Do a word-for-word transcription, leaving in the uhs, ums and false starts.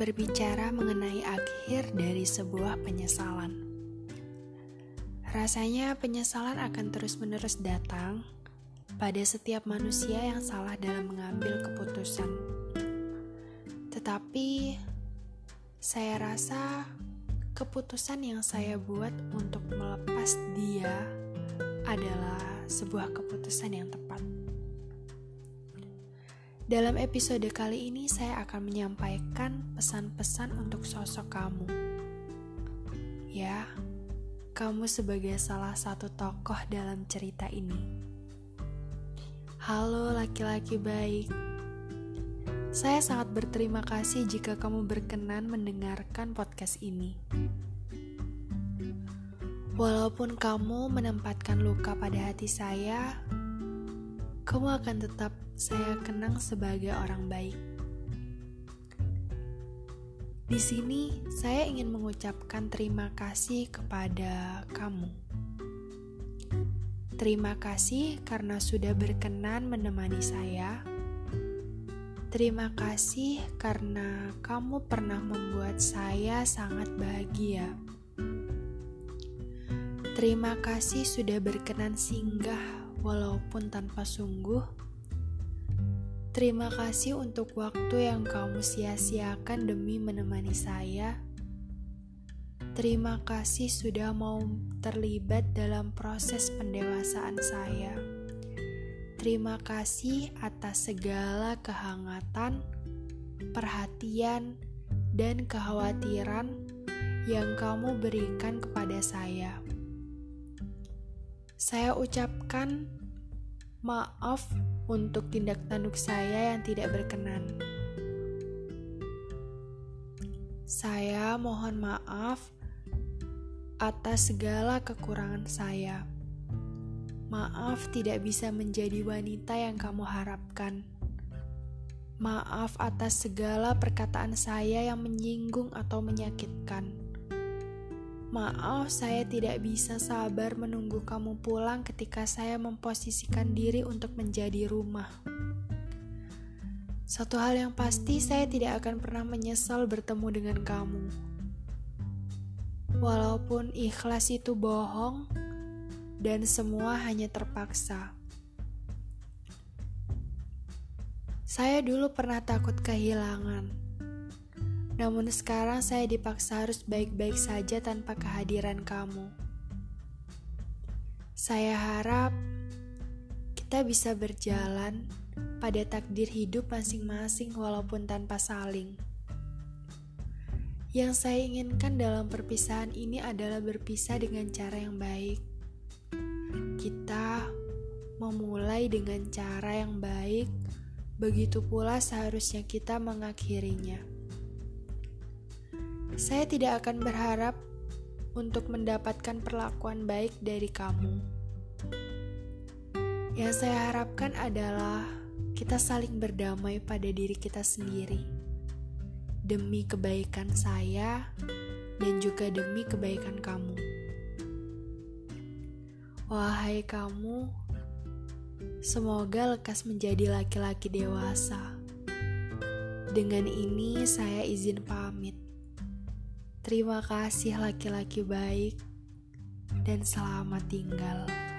Berbicara mengenai akhir dari sebuah penyesalan. Rasanya penyesalan akan terus-menerus datang pada setiap manusia yang salah dalam mengambil keputusan. Tetapi saya rasa keputusan yang saya buat untuk melepas dia adalah sebuah keputusan yang tepat. Dalam episode kali ini saya akan menyampaikan pesan-pesan untuk sosok kamu. Ya, kamu sebagai salah satu tokoh dalam cerita ini. Halo laki-laki baik. Saya sangat berterima kasih jika kamu berkenan mendengarkan podcast ini. Walaupun kamu menempatkan luka pada hati saya, kamu akan tetap saya kenang sebagai orang baik. Di sini saya ingin mengucapkan terima kasih kepada kamu. Terima kasih karena sudah berkenan menemani saya. Terima kasih karena kamu pernah membuat saya sangat bahagia. Terima kasih sudah berkenan singgah walaupun tanpa sungguh. Terima kasih untuk waktu yang kamu sia-siakan demi menemani saya. Terima kasih sudah mau terlibat dalam proses pendewasaan saya. Terima kasih atas segala kehangatan, perhatian, dan kekhawatiran yang kamu berikan kepada saya. Saya ucapkan maaf untuk tindak tanduk saya yang tidak berkenan. Saya mohon maaf atas segala kekurangan saya. Maaf tidak bisa menjadi wanita yang kamu harapkan. Maaf atas segala perkataan saya yang menyinggung atau menyakitkan. Maaf, saya tidak bisa sabar menunggu kamu pulang ketika saya memposisikan diri untuk menjadi rumah. Satu hal yang pasti, saya tidak akan pernah menyesal bertemu dengan kamu. Walaupun ikhlas itu bohong, dan semua hanya terpaksa. Saya dulu pernah takut kehilangan. Namun sekarang saya dipaksa harus baik-baik saja tanpa kehadiran kamu. Saya harap kita bisa berjalan pada takdir hidup masing-masing walaupun tanpa saling. Yang saya inginkan dalam perpisahan ini adalah berpisah dengan cara yang baik. Kita memulai dengan cara yang baik, begitu pula seharusnya kita mengakhirinya. Saya tidak akan berharap untuk mendapatkan perlakuan baik dari kamu. Yang saya harapkan adalah kita saling berdamai pada diri kita sendiri, demi kebaikan saya dan juga demi kebaikan kamu. Wahai kamu, semoga lekas menjadi laki-laki dewasa. Dengan ini saya izin pamit. Terima kasih laki-laki baik, dan selamat tinggal.